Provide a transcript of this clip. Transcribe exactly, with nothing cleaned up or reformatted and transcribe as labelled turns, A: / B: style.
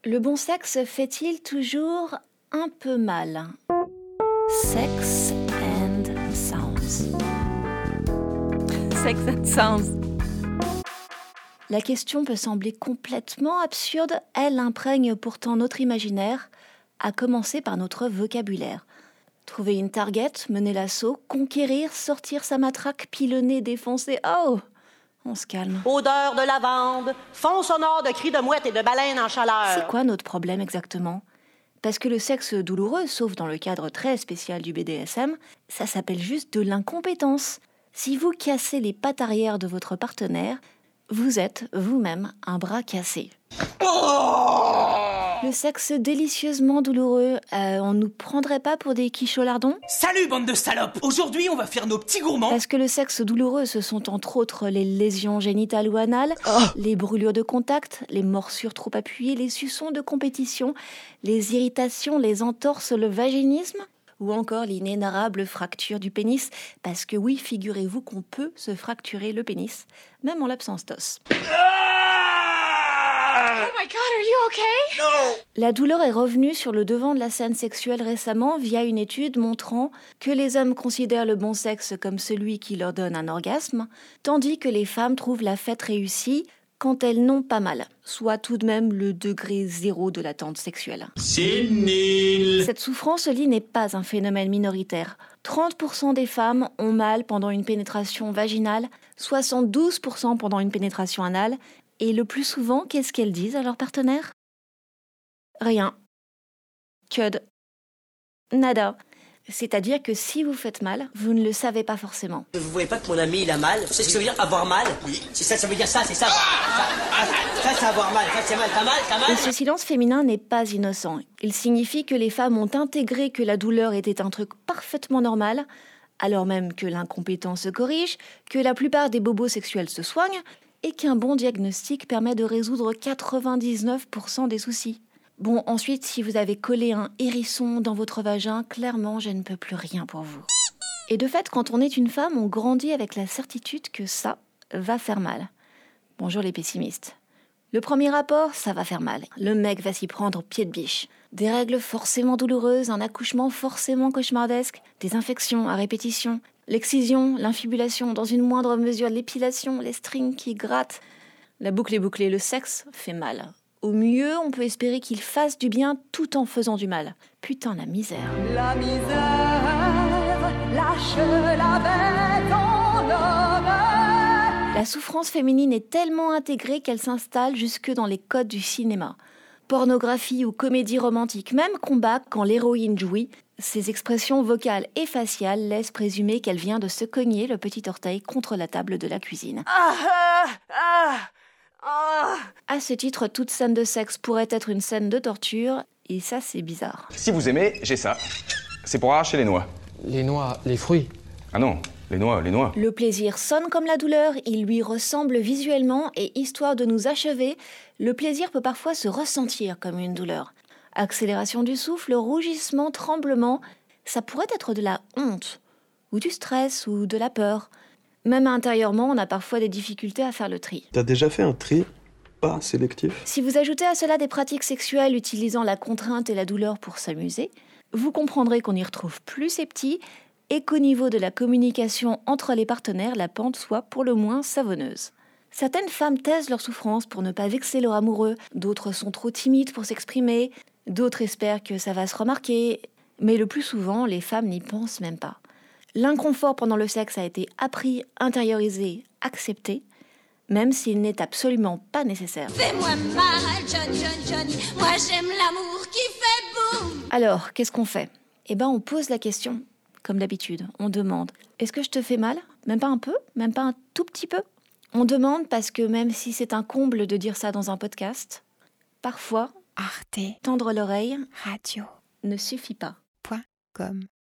A: Le bon sexe fait-il toujours un peu mal? Sex and Sounds.
B: Sex and Sounds.
A: La question peut sembler complètement absurde, elle imprègne pourtant notre imaginaire, à commencer par notre vocabulaire. Trouver une target, mener l'assaut, conquérir, sortir sa matraque, pilonner, défoncer, oh! On se calme.
C: Odeur de lavande, fond sonore de cris de mouettes et de baleines en chaleur.
A: C'est quoi notre problème exactement? Parce que le sexe douloureux, sauf dans le cadre très spécial du B D S M, ça s'appelle juste de l'incompétence. Si vous cassez les pattes arrière de votre partenaire, vous êtes vous-même un bras cassé. Oh! Le sexe délicieusement douloureux, euh, on nous prendrait pas pour des quicholardons?
D: Salut bande de salopes! Aujourd'hui on va faire nos petits gourmands.
A: Parce que le sexe douloureux, ce sont entre autres les lésions génitales ou anales, oh! Les brûlures de contact, les morsures trop appuyées, les suçons de compétition, les irritations, les entorses, le vaginisme, ou encore l'inénarrable fracture du pénis. Parce que oui, figurez-vous qu'on peut se fracturer le pénis, même en l'absence d'os.
B: Oh my God, are you okay?
D: Non!
A: La douleur est revenue sur le devant de la scène sexuelle récemment via une étude montrant que les hommes considèrent le bon sexe comme celui qui leur donne un orgasme, tandis que les femmes trouvent la fête réussie quand elles n'ont pas mal, soit tout de même le degré zéro de l'attente sexuelle.
D: C'est nul!
A: Cette souffrance-lit n'est pas un phénomène minoritaire. trente pour cent des femmes ont mal pendant une pénétration vaginale, soixante-douze pour cent pendant une pénétration anale, et le plus souvent, qu'est-ce qu'elles disent à leur partenaire? Rien. Cud. Nada. C'est-à-dire que si vous faites mal, vous ne le savez pas forcément.
C: Vous voyez pas que mon ami il a mal? C'est ce que ça veut dire avoir mal? Oui. C'est ça, ça veut dire ça, c'est ça. Ça, ça c'est avoir mal, ça c'est mal, t'as mal, t'as mal.
A: Et ce silence féminin n'est pas innocent. Il signifie que les femmes ont intégré que la douleur était un truc parfaitement normal, alors même que l'incompétence se corrige, que la plupart des bobos sexuels se soignent, et qu'un bon diagnostic permet de résoudre quatre-vingt-dix-neuf pour cent des soucis. Bon, ensuite, si vous avez collé un hérisson dans votre vagin, clairement, je ne peux plus rien pour vous. Et de fait, quand on est une femme, on grandit avec la certitude que ça va faire mal. Bonjour les pessimistes. Le premier rapport, ça va faire mal. Le mec va s'y prendre pied de biche. Des règles forcément douloureuses, un accouchement forcément cauchemardesque, des infections à répétition, l'excision, l'infibulation, dans une moindre mesure l'épilation, les strings qui grattent. La boucle est bouclée, le sexe fait mal. Au mieux, on peut espérer qu'il fasse du bien tout en faisant du mal. Putain, la misère.
B: La misère, lâche la bête en homme.
A: La souffrance féminine est tellement intégrée qu'elle s'installe jusque dans les codes du cinéma. Pornographie ou comédie romantique, même combat quand l'héroïne jouit, ses expressions vocales et faciales laissent présumer qu'elle vient de se cogner le petit orteil contre la table de la cuisine.
B: Ah, ah, ah, ah.
A: À ce titre, toute scène de sexe pourrait être une scène de torture, et ça c'est bizarre.
E: Si vous aimez, j'ai ça. C'est pour arracher les noix.
F: Les noix, les fruits.
E: Ah non, les noix, les noix.
A: Le plaisir sonne comme la douleur, il lui ressemble visuellement, et histoire de nous achever, le plaisir peut parfois se ressentir comme une douleur. Accélération du souffle, rougissement, tremblement, ça pourrait être de la honte, ou du stress, ou de la peur. Même intérieurement, on a parfois des difficultés à faire le tri.
G: T'as déjà fait un tri pas sélectif?
A: Si vous ajoutez à cela des pratiques sexuelles utilisant la contrainte et la douleur pour s'amuser, vous comprendrez qu'on y retrouve plus ses petits et qu'au niveau de la communication entre les partenaires, la pente soit pour le moins savonneuse. Certaines femmes taisent leur souffrance pour ne pas vexer leur amoureux, d'autres sont trop timides pour s'exprimer, d'autres espèrent que ça va se remarquer, mais le plus souvent, les femmes n'y pensent même pas. L'inconfort pendant le sexe a été appris, intériorisé, accepté, même s'il n'est absolument pas nécessaire.
H: Fais-moi mal, Johnny, Johnny, Johnny. Moi j'aime l'amour qui fait boum.
A: Alors, qu'est-ce qu'on fait? Eh ben, on pose la question, comme d'habitude. On demande, est-ce que je te fais mal? Même pas un peu? Même pas un tout petit peu? On demande parce que même si c'est un comble de dire ça dans un podcast, parfois,
B: Arte
A: tendre l'oreille
B: Radio
A: ne suffit pas.
B: point com